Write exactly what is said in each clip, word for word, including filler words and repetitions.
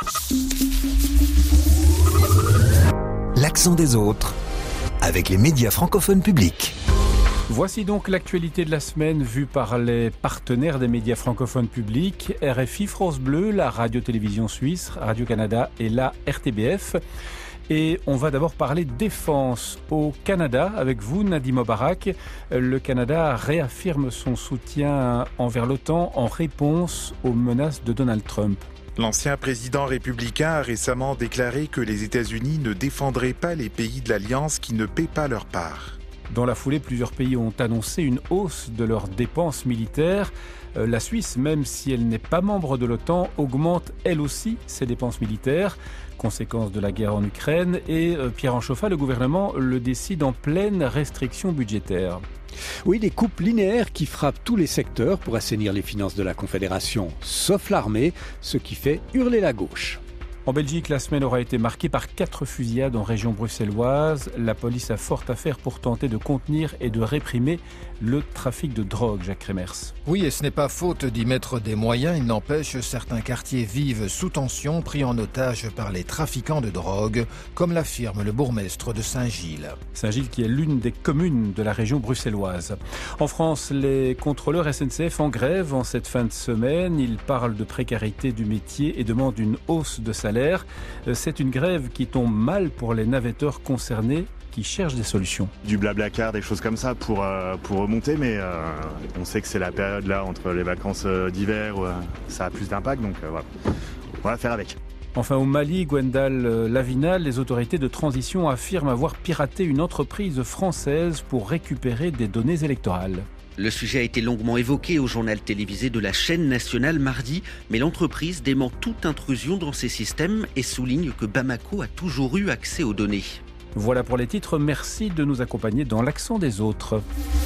L'accent des autres, avec les médias francophones publics. Voici donc l'actualité de la semaine vue par les partenaires des médias francophones publics, R F I, France Bleu, la Radio-Télévision Suisse, Radio-Canada et la R T B F. Et on va d'abord parler défense au Canada avec vous, Nadim Mobarak. Le Canada réaffirme son soutien envers l'OTAN en réponse aux menaces de Donald Trump. L'ancien président républicain a récemment déclaré que les États-Unis ne défendraient pas les pays de l'Alliance qui ne paient pas leur part. Dans la foulée, plusieurs pays ont annoncé une hausse de leurs dépenses militaires. La Suisse, même si elle n'est pas membre de l'OTAN, augmente elle aussi ses dépenses militaires, conséquence de la guerre en Ukraine. Et Pierre Anchofa, le gouvernement le décide en pleine restriction budgétaire. Oui, des coupes linéaires qui frappent tous les secteurs pour assainir les finances de la Confédération, sauf l'armée, ce qui fait hurler la gauche. En Belgique, la semaine aura été marquée par quatre fusillades en région bruxelloise. La police a fort à faire pour tenter de contenir et de réprimer le trafic de drogue, Jacques Remers. Oui, et ce n'est pas faute d'y mettre des moyens. Il n'empêche, certains quartiers vivent sous tension, pris en otage par les trafiquants de drogue, comme l'affirme le bourgmestre de Saint-Gilles. Saint-Gilles qui est l'une des communes de la région bruxelloise. En France, les contrôleurs S N C F en grève en cette fin de semaine. Ils parlent de précarité du métier et demandent une hausse de salaire. C'est une grève qui tombe mal pour les navetteurs concernés qui cherchent des solutions. Du blablacar, des choses comme ça pour, euh, pour remonter, mais euh, on sait que c'est la période là entre les vacances d'hiver où euh, ça a plus d'impact, donc euh, voilà, on va faire avec. Enfin, au Mali, Gwendal Lavinal, les autorités de transition affirment avoir piraté une entreprise française pour récupérer des données électorales. Le sujet a été longuement évoqué au journal télévisé de la chaîne nationale mardi, mais l'entreprise dément toute intrusion dans ses systèmes et souligne que Bamako a toujours eu accès aux données. Voilà pour les titres, merci de nous accompagner dans l'accent des autres.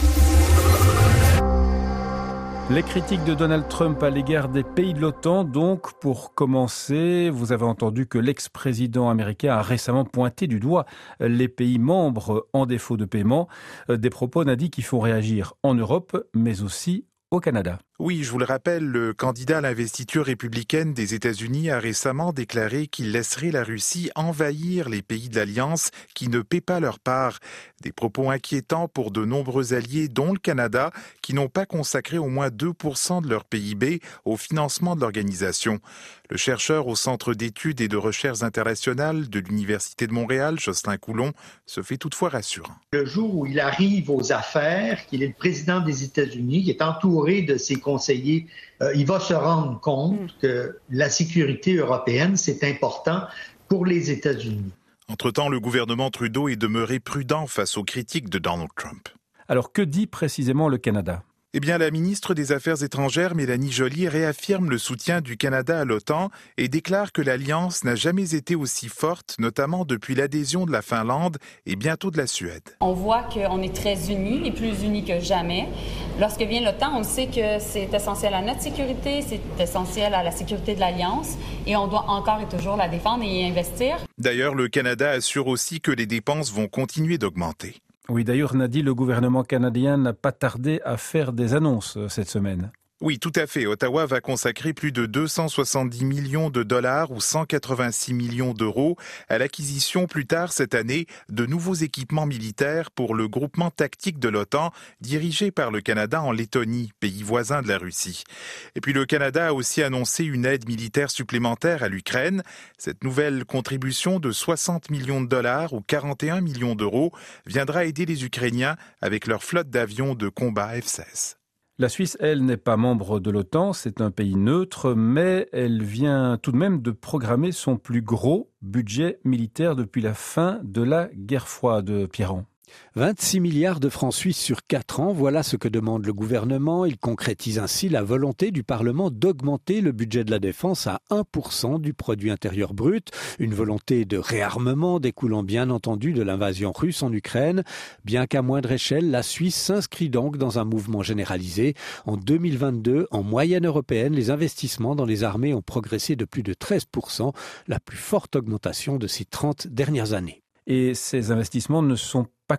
Les critiques de Donald Trump à l'égard des pays de l'OTAN, donc, pour commencer, vous avez entendu que l'ex-président américain a récemment pointé du doigt les pays membres en défaut de paiement. Des propos, Nadi, qui font réagir en Europe, mais aussi au Canada. Oui, je vous le rappelle, le candidat à l'investiture républicaine des États-Unis a récemment déclaré qu'il laisserait la Russie envahir les pays de l'Alliance qui ne paient pas leur part. Des propos inquiétants pour de nombreux alliés, dont le Canada, qui n'ont pas consacré au moins deux pour cent de leur P I B au financement de l'organisation. Le chercheur au Centre d'études et de recherches internationales de l'Université de Montréal, Jocelyn Coulon, se fait toutefois rassurant. Le jour où il arrive aux affaires, qu'il est le président des États-Unis, qui est entouré de ses conseillers, euh, il va se rendre compte que la sécurité européenne, c'est important pour les États-Unis. Entre-temps, le gouvernement Trudeau est demeuré prudent face aux critiques de Donald Trump. Alors, que dit précisément le Canada ? Eh bien, la ministre des Affaires étrangères, Mélanie Joly, réaffirme le soutien du Canada à l'OTAN et déclare que l'Alliance n'a jamais été aussi forte, notamment depuis l'adhésion de la Finlande et bientôt de la Suède. On voit qu'on est très unis et plus unis que jamais. Lorsque vient l'OTAN, on sait que c'est essentiel à notre sécurité, c'est essentiel à la sécurité de l'Alliance et on doit encore et toujours la défendre et y investir. D'ailleurs, le Canada assure aussi que les dépenses vont continuer d'augmenter. Oui, d'ailleurs, Nadi, le gouvernement canadien n'a pas tardé à faire des annonces cette semaine. Oui, tout à fait. Ottawa va consacrer plus de deux cent soixante-dix millions de dollars ou cent quatre-vingt-six millions d'euros à l'acquisition plus tard cette année de nouveaux équipements militaires pour le groupement tactique de l'OTAN dirigé par le Canada en Lettonie, pays voisin de la Russie. Et puis le Canada a aussi annoncé une aide militaire supplémentaire à l'Ukraine. Cette nouvelle contribution de soixante millions de dollars ou quarante et un millions d'euros viendra aider les Ukrainiens avec leur flotte d'avions de combat F seize. La Suisse, elle, n'est pas membre de l'OTAN, c'est un pays neutre, mais elle vient tout de même de programmer son plus gros budget militaire depuis la fin de la guerre froide, Pierron. vingt-six milliards de francs suisses sur quatre ans, voilà ce que demande le gouvernement. Il concrétise ainsi la volonté du Parlement d'augmenter le budget de la défense à un pour cent du produit intérieur brut. Une volonté de réarmement découlant bien entendu de l'invasion russe en Ukraine. Bien qu'à moindre échelle, la Suisse s'inscrit donc dans un mouvement généralisé. En deux mille vingt-deux, en moyenne européenne, les investissements dans les armées ont progressé de plus de treize pour cent, la plus forte augmentation de ces trente dernières années. Et ces investissements ne sont pas contestés ?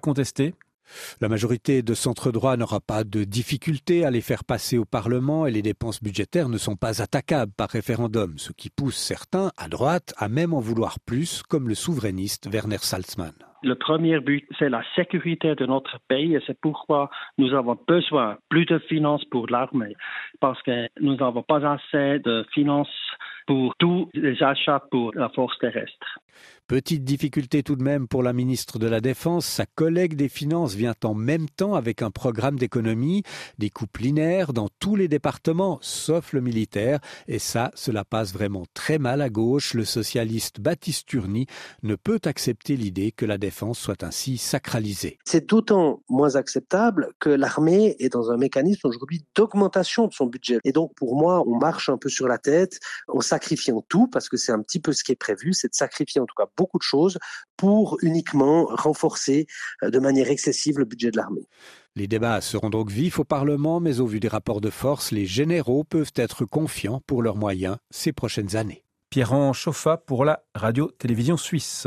La majorité de centre-droit n'aura pas de difficulté à les faire passer au Parlement et les dépenses budgétaires ne sont pas attaquables par référendum, ce qui pousse certains, à droite, à même en vouloir plus, comme le souverainiste Werner Salzmann. Le premier but, c'est la sécurité de notre pays et c'est pourquoi nous avons besoin plus de finances pour l'armée, parce que nous n'avons pas assez de finances pour tous les achats pour la force terrestre. Petite difficulté tout de même pour la ministre de la Défense. Sa collègue des Finances vient en même temps avec un programme d'économie, des coupes linéaires dans tous les départements, sauf le militaire. Et ça, cela passe vraiment très mal à gauche. Le socialiste Baptiste Turny ne peut accepter l'idée que la défense soit ainsi sacralisée. C'est d'autant moins acceptable que l'armée est dans un mécanisme aujourd'hui d'augmentation de son budget. Et donc pour moi, on marche un peu sur la tête en sacrifiant tout, parce que c'est un petit peu ce qui est prévu, c'est de sacrifier en tout cas beaucoup de choses pour uniquement renforcer de manière excessive le budget de l'armée. Les débats seront donc vifs au Parlement, mais au vu des rapports de force, les généraux peuvent être confiants pour leurs moyens ces prochaines années. Pierre-Anne Chauffa pour la radio-télévision suisse.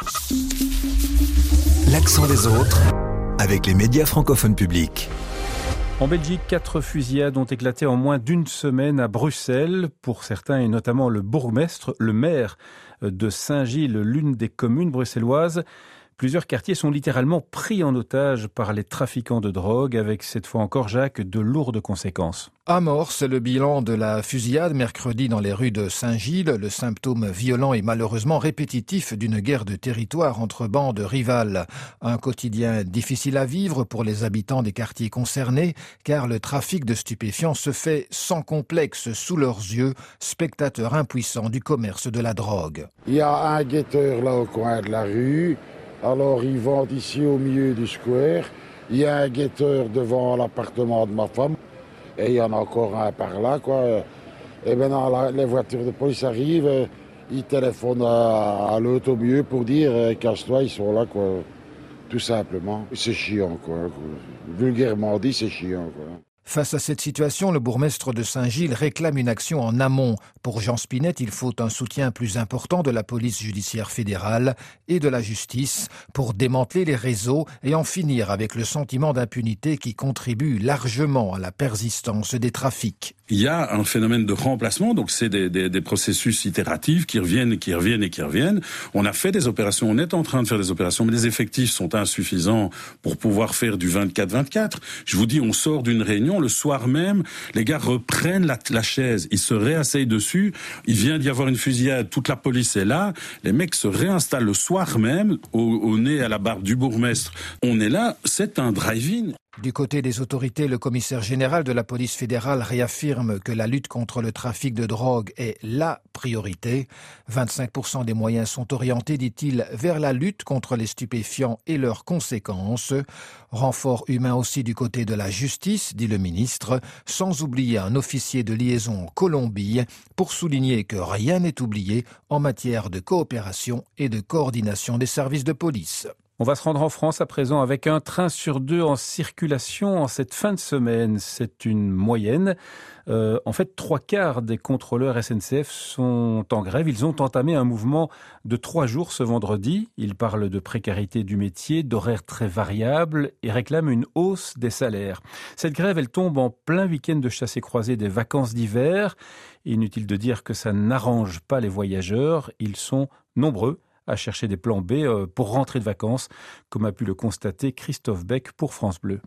L'accent des autres avec les médias francophones publics. En Belgique, quatre fusillades ont éclaté en moins d'une semaine à Bruxelles. Pour certains, et notamment le bourgmestre, le maire de Saint-Gilles, l'une des communes bruxelloises. Plusieurs quartiers sont littéralement pris en otage par les trafiquants de drogue, avec cette fois encore, Jacques, de lourdes conséquences. À mort, c'est le bilan de la fusillade mercredi dans les rues de Saint-Gilles, le symptôme violent et malheureusement répétitif d'une guerre de territoire entre bandes rivales. Un quotidien difficile à vivre pour les habitants des quartiers concernés, car le trafic de stupéfiants se fait sans complexe sous leurs yeux, spectateurs impuissants du commerce de la drogue. Il y a un guetteur là au coin de la rue. Alors ils vendent ici au milieu du square, il y a un guetteur devant l'appartement de ma femme, et il y en a encore un par là, quoi. Et maintenant la, les voitures de police arrivent, ils téléphonent à, à l'autre au mieux pour dire « cache-toi, ils sont là », quoi. Tout simplement. C'est chiant, quoi. Vulgairement dit, c'est chiant, quoi. Face à cette situation, le bourgmestre de Saint-Gilles réclame une action en amont. Pour Jean Spinette, il faut un soutien plus important de la police judiciaire fédérale et de la justice pour démanteler les réseaux et en finir avec le sentiment d'impunité qui contribue largement à la persistance des trafics. Il y a un phénomène de remplacement, donc c'est des, des, des processus itératifs qui reviennent, qui reviennent et qui reviennent. On a fait des opérations, on est en train de faire des opérations, mais les effectifs sont insuffisants pour pouvoir faire du vingt-quatre vingt-quatre. Je vous dis, on sort d'une réunion, le soir même, les gars reprennent la, la chaise, ils se réasseyent dessus, il vient d'y avoir une fusillade, toute la police est là, les mecs se réinstallent le soir même, au, au nez à la barbe du bourgmestre. On est là, c'est un drive-in. Du côté des autorités, le commissaire général de la police fédérale réaffirme que la lutte contre le trafic de drogue est la priorité. vingt-cinq pour cent des moyens sont orientés, dit-il, vers la lutte contre les stupéfiants et leurs conséquences. Renfort humain aussi du côté de la justice, dit le ministre, sans oublier un officier de liaison en Colombie pour souligner que rien n'est oublié en matière de coopération et de coordination des services de police. On va se rendre en France à présent avec un train sur deux en circulation en cette fin de semaine. C'est une moyenne. Euh, en fait, trois quarts des contrôleurs S N C F sont en grève. Ils ont entamé un mouvement de trois jours ce vendredi. Ils parlent de précarité du métier, d'horaires très variables et réclament une hausse des salaires. Cette grève, elle tombe en plein week-end de chassé-croisé des vacances d'hiver. Inutile de dire que ça n'arrange pas les voyageurs. Ils sont nombreux à chercher des plans B pour rentrer de vacances, comme a pu le constater Christophe Beck pour France Bleu.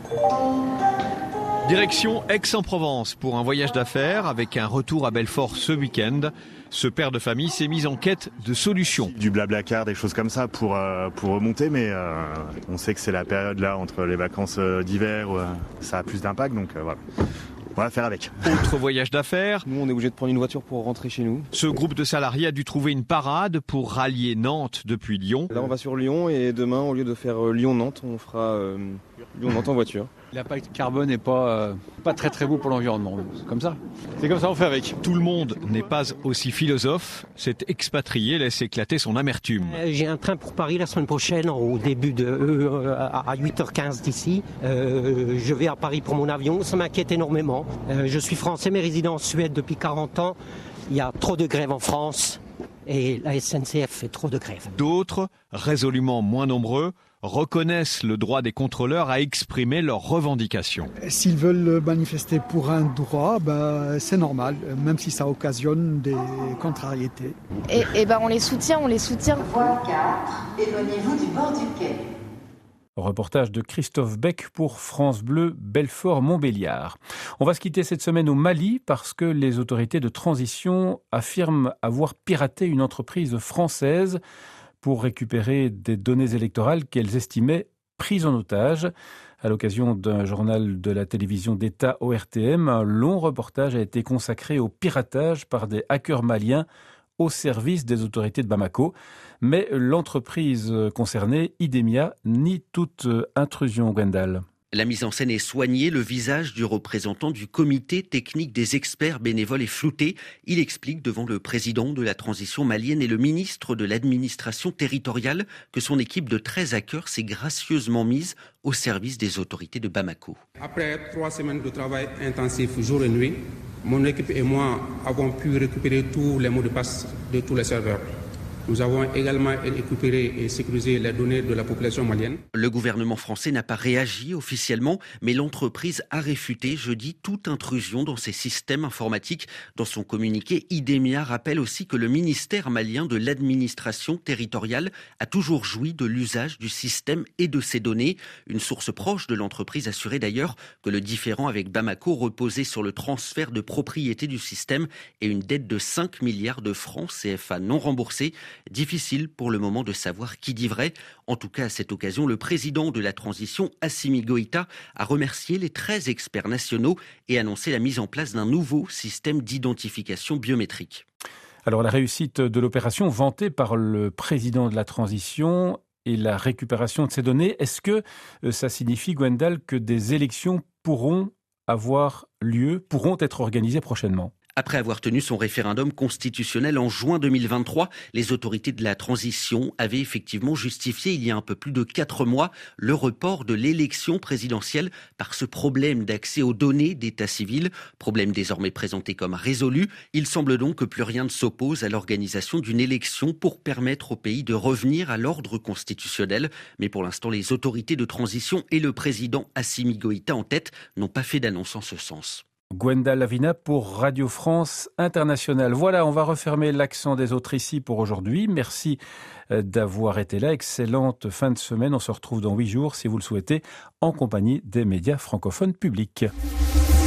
Direction Aix-en-Provence pour un voyage d'affaires avec un retour à Belfort ce week-end. Ce père de famille s'est mis en quête de solutions. Du blablacar, des choses comme ça pour, euh, pour remonter, mais euh, on sait que c'est la période là entre les vacances d'hiver où euh, ça a plus d'impact, donc euh, voilà. On va faire avec. Autre voyage d'affaires. Nous, on est obligé de prendre une voiture pour rentrer chez nous. Ce groupe de salariés a dû trouver une parade pour rallier Nantes depuis Lyon. Là, on va sur Lyon et demain, au lieu de faire Lyon-Nantes, on fera euh, Lyon-Nantes en voiture. L'impact carbone n'est pas, euh, pas très très beau pour l'environnement. C'est comme ça. C'est comme ça, on fait avec. Tout le monde n'est pas aussi philosophe. Cet expatrié laisse éclater son amertume. Euh, j'ai un train pour Paris la semaine prochaine, au début de euh, à huit heures quinze d'ici. Euh, je vais à Paris pour mon avion. Ça m'inquiète énormément. Euh, je suis français mais résident en Suède depuis quarante ans. Il y a trop de grèves en France. et la S N C F fait trop de grèves. D'autres, résolument moins nombreux, reconnaissent le droit des contrôleurs à exprimer leurs revendications. S'ils veulent manifester pour un droit, ben, c'est normal, même si ça occasionne des contrariétés. Et, et ben on les soutient, on les soutient. Voie quatre, éloignez-vous du bord du quai. Reportage de Christophe Beck pour France Bleu Belfort-Montbéliard. On va se quitter cette semaine au Mali parce que les autorités de transition affirment avoir piraté une entreprise française pour récupérer des données électorales qu'elles estimaient prises en otage. À l'occasion d'un journal de la télévision d'État O R T M, un long reportage a été consacré au piratage par des hackers maliens au service des autorités de Bamako. Mais l'entreprise concernée, Idemia, nie toute intrusion, Gwendal. La mise en scène est soignée, le visage du représentant du comité technique des experts bénévoles est flouté. Il explique devant le président de la transition malienne et le ministre de l'administration territoriale que son équipe de treize hackers s'est gracieusement mise au service des autorités de Bamako. Après trois semaines de travail intensif jour et nuit, mon équipe et moi avons pu récupérer tous les mots de passe de tous les serveurs. Nous avons également récupéré et sécurisé les données de la population malienne. Le gouvernement français n'a pas réagi officiellement, mais l'entreprise a réfuté jeudi toute intrusion dans ses systèmes informatiques. Dans son communiqué, Idemia rappelle aussi que le ministère malien de l'administration territoriale a toujours joui de l'usage du système et de ses données. Une source proche de l'entreprise assurait d'ailleurs que le différend avec Bamako reposait sur le transfert de propriété du système et une dette de cinq milliards de francs C F A non remboursés. Difficile pour le moment de savoir qui dit vrai. En tout cas, à cette occasion, le président de la transition, Assimi Goïta, a remercié les treize experts nationaux et annoncé la mise en place d'un nouveau système d'identification biométrique. Alors, la réussite de l'opération vantée par le président de la transition et la récupération de ces données, est-ce que ça signifie, Gwendal, que des élections pourront avoir lieu, pourront être organisées prochainement ? Après avoir tenu son référendum constitutionnel en juin deux mille vingt-trois, les autorités de la transition avaient effectivement justifié il y a un peu plus de quatre mois le report de l'élection présidentielle par ce problème d'accès aux données d'état civil, problème désormais présenté comme résolu. Il semble donc que plus rien ne s'oppose à l'organisation d'une élection pour permettre au pays de revenir à l'ordre constitutionnel. Mais pour l'instant, les autorités de transition et le président Assimi Goïta en tête n'ont pas fait d'annonce en ce sens. Gwendal Lavina pour Radio France Internationale. Voilà, on va refermer l'accent des autres ici pour aujourd'hui. Merci d'avoir été là. Excellente fin de semaine. On se retrouve dans huit jours, si vous le souhaitez, en compagnie des médias francophones publics.